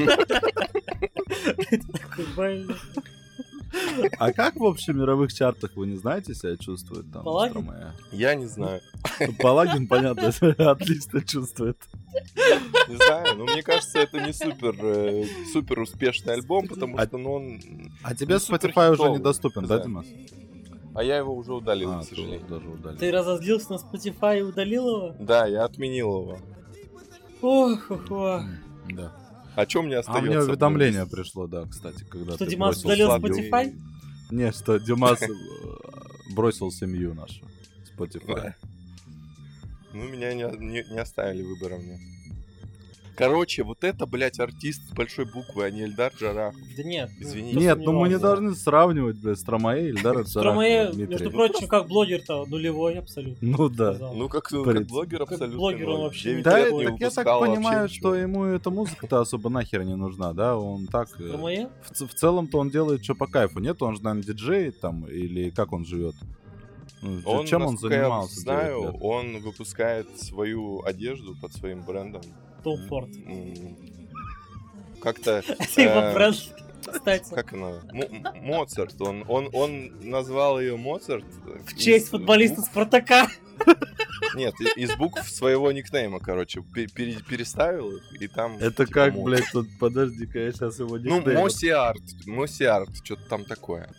Это такой больной. А как в общемировых чартах, вы не знаете, себя чувствует там Палагин? Стромае? Я не знаю. Палагин, понятно, отлично чувствует. Не знаю, но мне кажется, это не супер успешный альбом, потому А- что он... А тебе Ну, Spotify суперхитовый, уже недоступен, да, да. Димас? А я его уже удалил, А, к сожалению. тоже удалил. Ты разозлился на Spotify и удалил его? Да, я отменил его. Ох, ох, ох. Да. А чё мне А остается? мне уведомление пришло, да, кстати, когда Что ты Димас бросил удалил семью. Spotify? Нет, что Димас бросил семью нашу. Spotify. Да. Ну, меня не оставили выбора мне. Короче, вот это, блядь, артист с большой буквы, а не Эльдар Джарахов. Да нет. Извини. Нет, ну мы не сомневался. должны сравнивать, блядь, Стромае и Эльдара Стромае, Джарахова, между Дмитрий. прочим, как блогер-то нулевой абсолютно. Ну да. сказал. Ну, как Блин. блогер Как абсолютно. блогер он ноль. вообще 9 Да, лет никакой. не так я так выпускал вообще понимаю, ничего. что ему эта музыка-то особо нахер не нужна, да? Он так... Стромае? В целом-то он делает что по кайфу. Нет, он же, наверное, диджей там, или как он живет? Ну, Он, чем он насколько занимался? я знаю, 9 лет? он выпускает свою одежду под своим брендом. Том Форд. Как-то... Это его бренд, кстати. Как она? Моцарт. Он назвал ее Моцарт. В честь футболиста Спартака. Нет, из букв своего никнейма, короче. Переставил их, и там... Это типа, как, Моцарт. блядь, тут, подожди-ка, я сейчас его Ну, никнейм- Мосиарт, что-то там такое.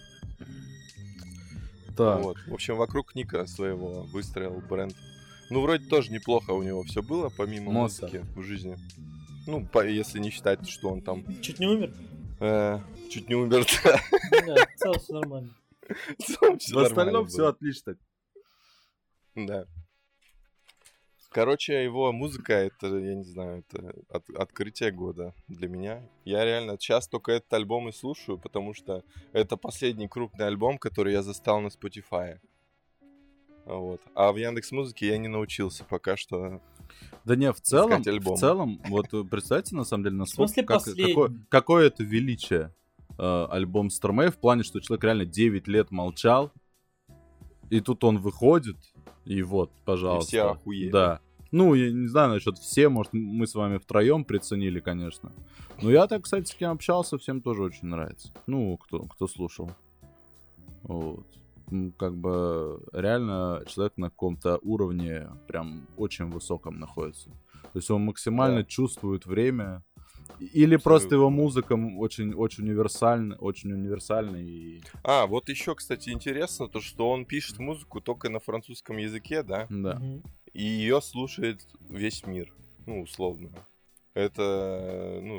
Так, Вот. В общем, вокруг ника своего выстроил бренд. Ну, вроде тоже неплохо у него все было, помимо Моцарт. музыки в жизни. Ну, если не считать, что он там Чуть не умер. чуть не умер. Да. Да, в целом все нормально. В целом всё в остальном нормально все было. отлично. Да. Короче, его музыка, это, я не знаю, это открытие года для меня. Я реально сейчас только этот альбом и слушаю, потому что это последний крупный альбом, который я застал на Spotify. Вот. А в Яндекс.Музыке я не научился пока что. Да не, в Искать альбом. вот представьте, на самом деле, насколько, смысле последний? какое это величие альбом Стромае в плане, что человек реально 9 лет молчал, и тут он выходит, и вот, пожалуйста. И все охуели. Да. Ну, я не знаю насчет все, может, мы с вами втроем приценили, конечно. Но я так, кстати, с кем общался, всем тоже очень нравится. Ну, кто слушал. Вот. Как бы реально человек на каком-то уровне прям очень высоком находится. То есть он максимально Да. чувствует время. Или Абсолютно. просто его музыка очень универсальна и... А, вот еще, кстати, интересно, то, что он пишет музыку только на французском языке, да? Да. Мгм. И ее слушает весь мир, ну, условно. Это, ну,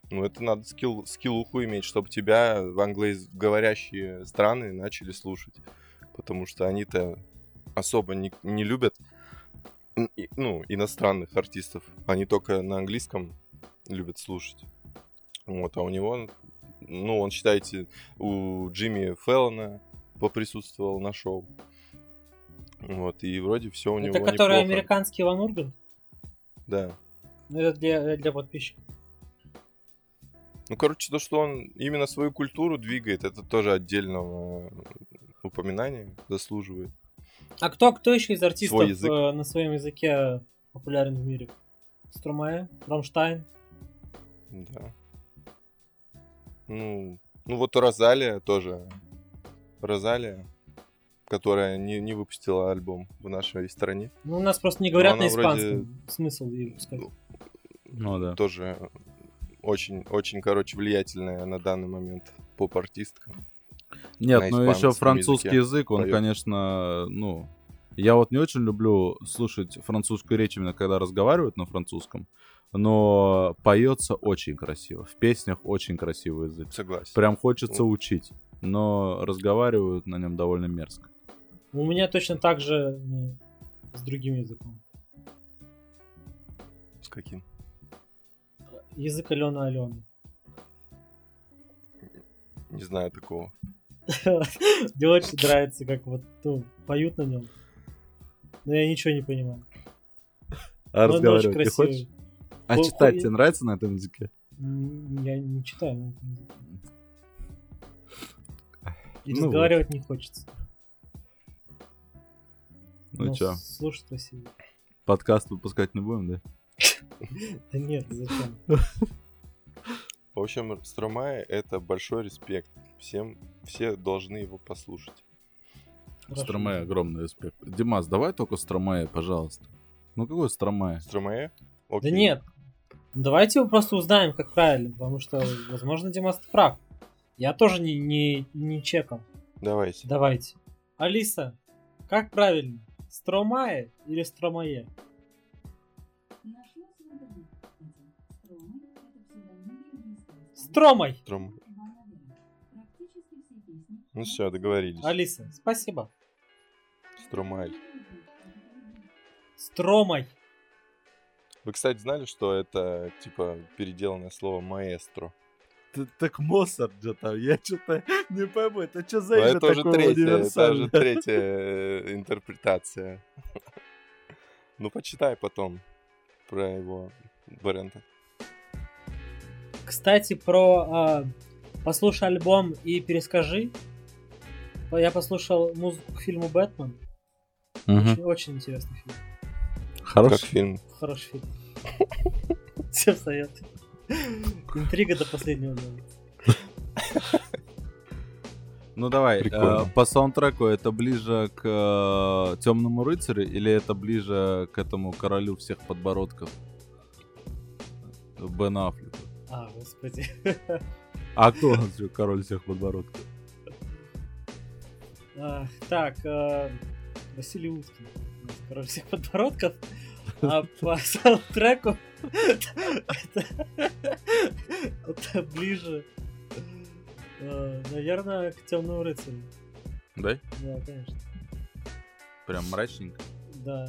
Ну, это надо скиллуху иметь, чтобы тебя в англоговорящие страны начали слушать. Потому что они-то особо не любят иностранных артистов. Они только на английском любят слушать. Вот, а у него, он, считайте, у Джимми Фэллона поприсутствовал на шоу. Вот, и вроде все у него Это который неплохо. американский Ван Ургант? Да. Ну, это для подписчиков. Ну, короче, то, что он именно свою культуру двигает, это тоже отдельного упоминания заслуживает. А кто еще из артистов Свой язык. на своем языке популярен в мире? Стромае? Рамштайн? Да. Ну вот Розалия тоже. Розалия, которая не выпустила альбом в нашей стране. Ну, у нас просто не говорят она на испанском. вроде- Смысл ее выпускать. Ну да. Тоже очень, короче, влиятельная на данный момент поп-артистка. Нет, на ну еще испанском французский языке язык, он, поёт. конечно, я вот не очень люблю слушать французскую речь именно когда разговаривают на французском, но поется очень красиво. В песнях очень красивый язык. Согласен. Прям хочется учить, но разговаривают на нем довольно мерзко. У меня точно так же с другим языком. С каким? Язык Алены. Не знаю такого. Мне очень нравится, как поют на нем. Но я ничего не понимаю. А Но он очень разговаривать не красивый. хочешь? А читать тебе нравится на этом языке? Я не читаю на этом языке. И Ну разговаривать не хочется. Ну Но чё, слушать красиво. подкаст выпускать не будем, да? Да нет, зачем? В общем, Стромае — это большой респект. Все должны его послушать. Хорошо. Стромае огромный респект. Димас, давай только Стромае, пожалуйста. Ну какой Стромае? Стромае? Да Окей. нет. Давайте просто узнаем, как правильно, потому что, возможно, Димас прав. Я тоже не чекал. Давайте. Давайте. Алиса, как правильно? Стромае или Стромае? Стромай! Ну все, договорились. Алиса, спасибо. Стромай. Стромай. Вы, кстати, знали, что это, типа, переделанное слово маэстро? Так Моцарт же там, я что-то не пойму, это что за Ну, имя это уже такое универсальное? третья интерпретация. Ну, почитай потом про его бренда. Кстати, про послушай альбом и перескажи. Я послушал музыку к фильму «Бэтмен». Мгм. Очень интересный фильм. Как Хорошо. фильм. Хороший фильм. Всем советую. Интрига до последнего дня. Ну давай, Прикольно. по саундтреку это ближе к Темному рыцарю или это ближе к этому королю всех подбородков? Бен Аффлеку. А, господи. А кто у нас король всех подбородков? Так, Василий Узкин. Король всех подбородков. А по саундтреку это ближе, наверное, к Темному рыцарю. Да? Да, конечно. Прям мрачненько. Да.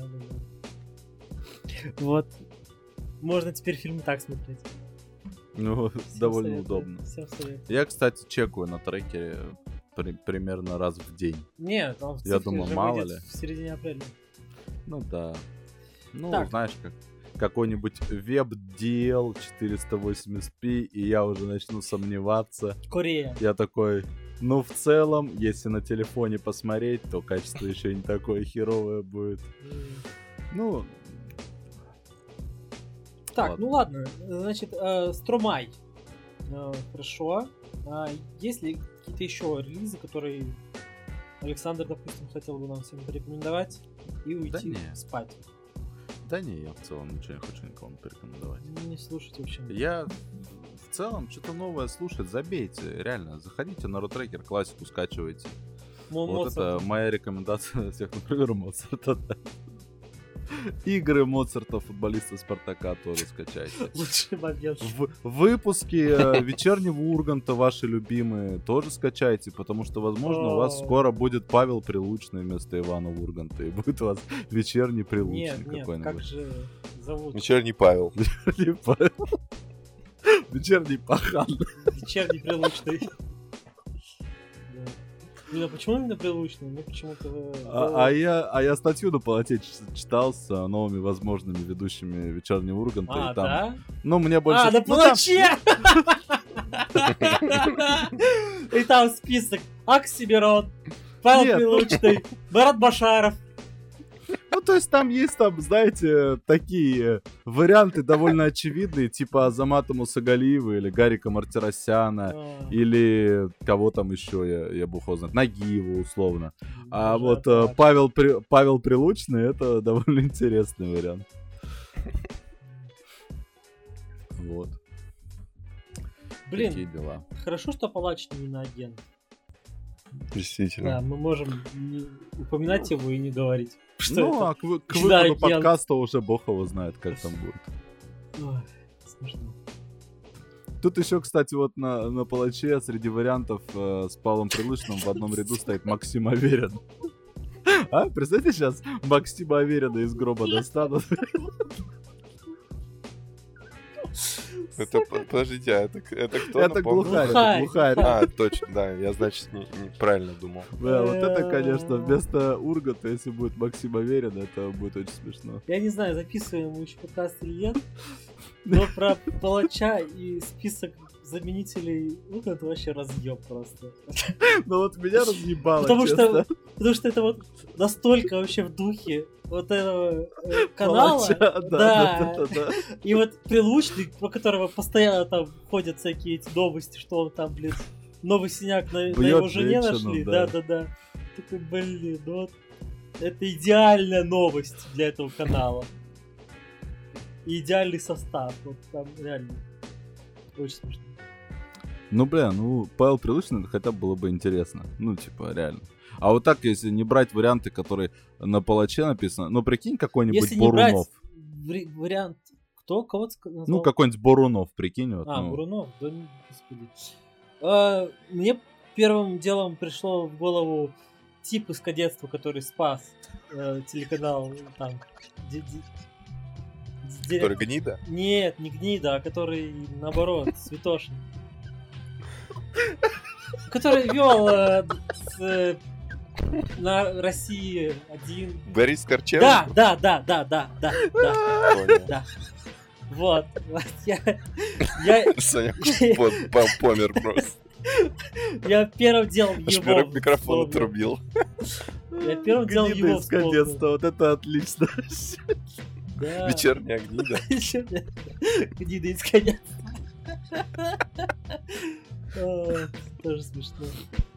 Вот. Можно теперь фильм так смотреть. Ну, Всем довольно советую. удобно. Всем советую. Я, кстати, чекаю на трекере примерно раз в день. Нет, он в Я цифре думал, же мало выйдет ли. в середине апреля. Ну да. Ну, Так. знаешь, какой-нибудь WebDL 480p, и я уже начну сомневаться. Корея. Я такой, ну, в целом, если на телефоне посмотреть, то качество еще не такое херовое будет. Ну, Так, Ладно. ну ладно. Значит, Стромай. Хорошо. Есть ли какие-то еще релизы, которые Александр, допустим, хотел бы нам всем порекомендовать и уйти не. спать? да не, я в целом ничего не хочу никому порекомендовать. Не слушать вообще. Я в целом что-то новое слушать, забейте, реально. Заходите на Рутрекер, классику скачивайте. Вот Моцарт. это моя рекомендация для всех, например, Моцарта. Да. Игры Моцарта, футболиста Спартака тоже скачайте. Лучший момент. Выпуски Вечернего Урганта, ваши любимые, тоже скачайте, потому что, возможно, у вас скоро будет Павел Прилучный вместо Ивана Урганта, и будет у вас Вечерний Прилучный Нет, какой-нибудь. как же зовут? Вечерний Павел. Вечерний Пахан. Вечерний Прилучный. Блин, а почему именно Прилучный? Ну, почему-то... А я статью на полоте читал с новыми возможными ведущими Вечернего Урганта. А, и там, да? Ну, мне больше... А, на палаче! И там список. Оксимирон, Павел Прилучный, Марат Башаров. Ну, то есть там есть, знаете, такие варианты довольно очевидные, типа Азамата Мусагалиева или Гарика Мартиросяна, или кого там еще, я бы узнать, Нагиева, условно. А вот Павел Прилучный — это довольно интересный вариант. Вот. Блин, такие дела. Хорошо, что палач не иноагент. Действительно. Да, мы можем не упоминать его и не говорить. Что Ну, это? а к выходу подкаста уже бог его знает, как там будет. Ой, смешно. Тут еще, кстати, вот на палаче среди вариантов с Павлом Прилучным в одном ряду стоит Максим Аверин. А, представьте, сейчас Максима Аверина из гроба достанут. Это, подождите, а это кто? Это глухарь, это глухарь. А, точно, да, я, значит, неправильно думал. Да, вот это, конечно, вместо Урганта, если будет Максим Аверин, это будет очень смешно. Я не знаю, записываем мы еще подкаст или нет, но про палача и список заменителей Урганта вообще разъеб просто. Ну вот меня разъебало, потому честно. Потому что это вот настолько вообще в духе вот этого канала. Палача, да. И вот Прилучный, по которого постоянно там ходят всякие эти новости, что он там, блин, новый синяк на его жене нашли. Да. Такой, блин, ну вот это идеальная новость для этого канала. И идеальный состав. Вот там реально очень смешно. Ну, бля, Павел Прилучный хотя бы было бы интересно. Ну, типа, реально. А вот так, если не брать варианты, которые на палаче написаны, ну, прикинь, какой-нибудь если Борунов. Не брать вариант... Кто? Кого ты назвал? Ну, какой-нибудь Борунов, прикинь. Вот, Борунов? Да, господи. Мне первым делом пришло в голову тип из кадетства, который спас телеканал там... Который Гнида? Нет, не Гнида, а который, наоборот, Святошин. Который вел на России 1. Борис Корчевников? Да. Вот. Саня помер просто. Я первым делом его микрофон отрубил. Я первым делом Гнида его из кадетства, вот это отлично. Да. Вечерняя гнида. Гнида из кадетства. Тоже смешно.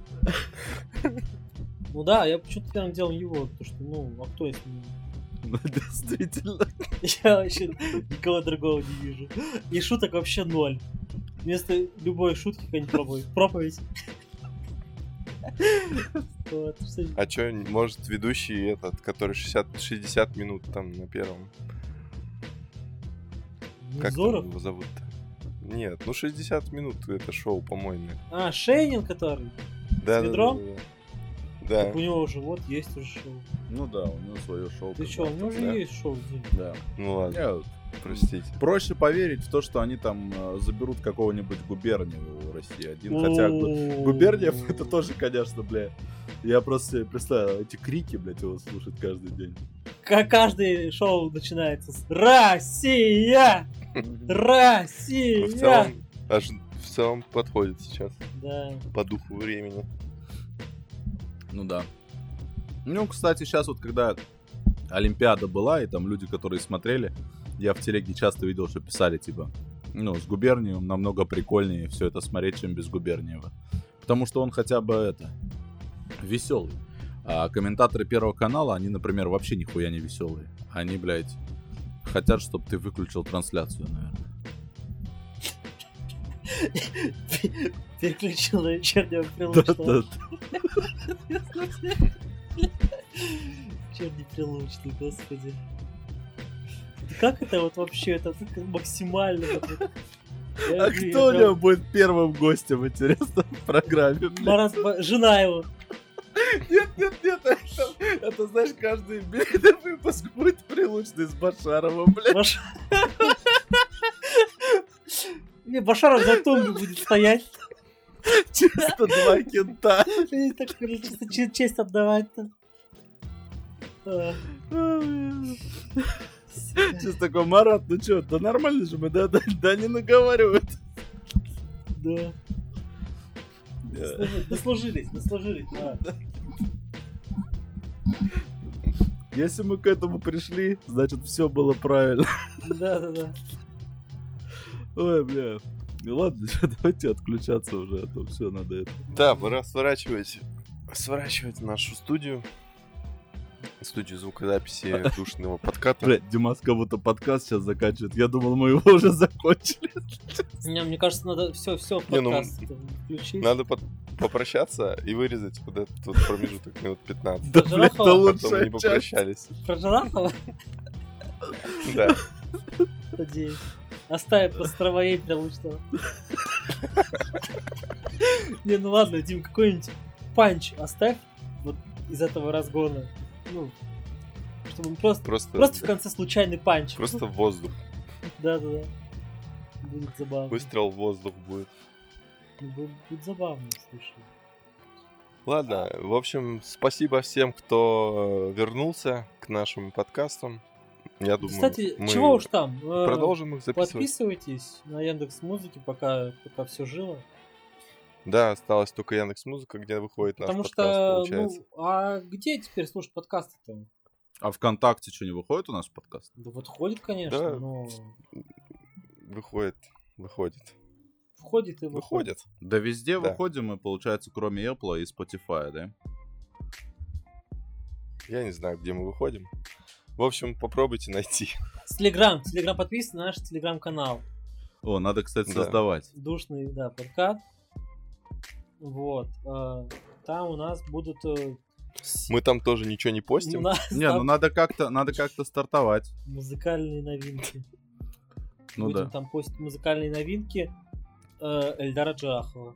Ну да, я почему-то первым делом его, потому что, а кто если не... Ну, действительно. Я вообще никого другого не вижу. И шуток вообще ноль. Вместо любой шутки какая-нибудь проповедь. А чё, может, ведущий этот, который 60 минут там на первом? Как там его зовут-то? Нет, 60 минут это шоу, по-моему. А, Шейнин, который? Да, с ведром? Да. Так у него уже есть уже шоу. Ну да, у него свое шоу. Ты чё, у него уже есть шоу? Да. Ну ладно. Простите. Проще поверить в то, что они там заберут какого-нибудь Губерниева в России один. Хотя Губерниев это тоже, конечно, бля. Я просто себе представляю, эти крики, блядь, его слушать каждый день. Каждое шоу начинается с «Россия! Россия!» В целом подходит сейчас. Да. По духу времени. Ну да. Ну, кстати, сейчас вот когда Олимпиада была, и там люди, которые смотрели, я в телеге часто видел, что писали, типа, с Губерниевым намного прикольнее все это смотреть, чем без Губерниева. Потому что он хотя бы веселый. А комментаторы Первого канала, они, например, вообще нихуя не веселые. Они, блядь, хотят, чтобы ты выключил трансляцию, наверное. Переключил на Вечернего Прилучного. Вечерний Прилучный, господи. Как это вот вообще, это максимально... А кто у него будет первым гостем, интересно, в программе? Марат, жена его. Нет, это знаешь, каждый выпуск будет прилучный с Башаровым, блядь. Не, Башаров за тумбой будет стоять. Чисто два кента. И так чисто честь отдавать-то. Сейчас такой, Марат, ну чё, да нормально же мы, да не наговаривают. Да. Дослужились. Если мы к этому пришли, значит все было правильно. Да. Ой, бля. Ну ладно, давайте отключаться уже, а то все надо это. Да, пора сворачивать нашу студию звукозаписи душного подката. Бля, Димас как будто подкаст сейчас заканчивает. Я думал, мы его уже закончили. Не, мне кажется, надо все в подкаст включить. Надо попрощаться и вырезать вот этот вот промежуток минут 15. Да, бля, это Потом мы лучшая не часть. попрощались. Про Жирафова? Да. Надеюсь. Оставим построение лучшего. Не, ну ладно, Дим, какой-нибудь панч оставь вот из этого разгона. Ну, чтобы просто в конце случайный панч. Просто в воздух. Да. Будет забавно. Выстрел в воздух будет. Будет забавно, слушай. Ладно, в общем, спасибо всем, кто вернулся к нашим подкастам. Я думаю, кстати, мы чего уж там. продолжим их записывать. Подписывайтесь на Яндекс.Музыке, пока все живо. Да, осталось только Яндекс.Музыка, где выходит наш Потому подкаст, что, получается. а где теперь слушать подкасты-то? А ВКонтакте что, не выходит у нас подкаст? Да вот ходит, конечно, Да. но... Выходит. Входит и выходит. Выходит. Да везде Да. выходим мы, получается, кроме Apple и Spotify, да? Я не знаю, где мы выходим. В общем, попробуйте найти. Телеграм подписан на наш телеграм-канал. О, надо, кстати, Да. создавать. Душный, да, подкаст. Вот. Там у нас будут... Мы там тоже ничего не постим. Не, ну надо как-то стартовать. Музыкальные новинки. Ну Будем да. там постить музыкальные новинки Эльдара Джахова.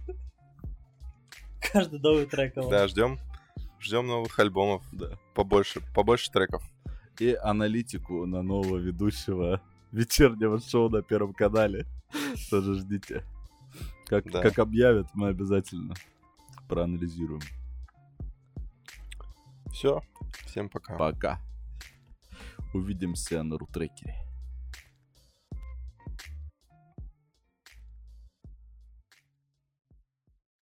Каждый новый трек. Да, ждем новых альбомов. Да. Побольше треков. И аналитику на нового ведущего вечернего шоу на Первом канале. Тоже ждите. Да. Как объявят, мы обязательно проанализируем. Все. Всем пока. Пока. Увидимся на рутрекере.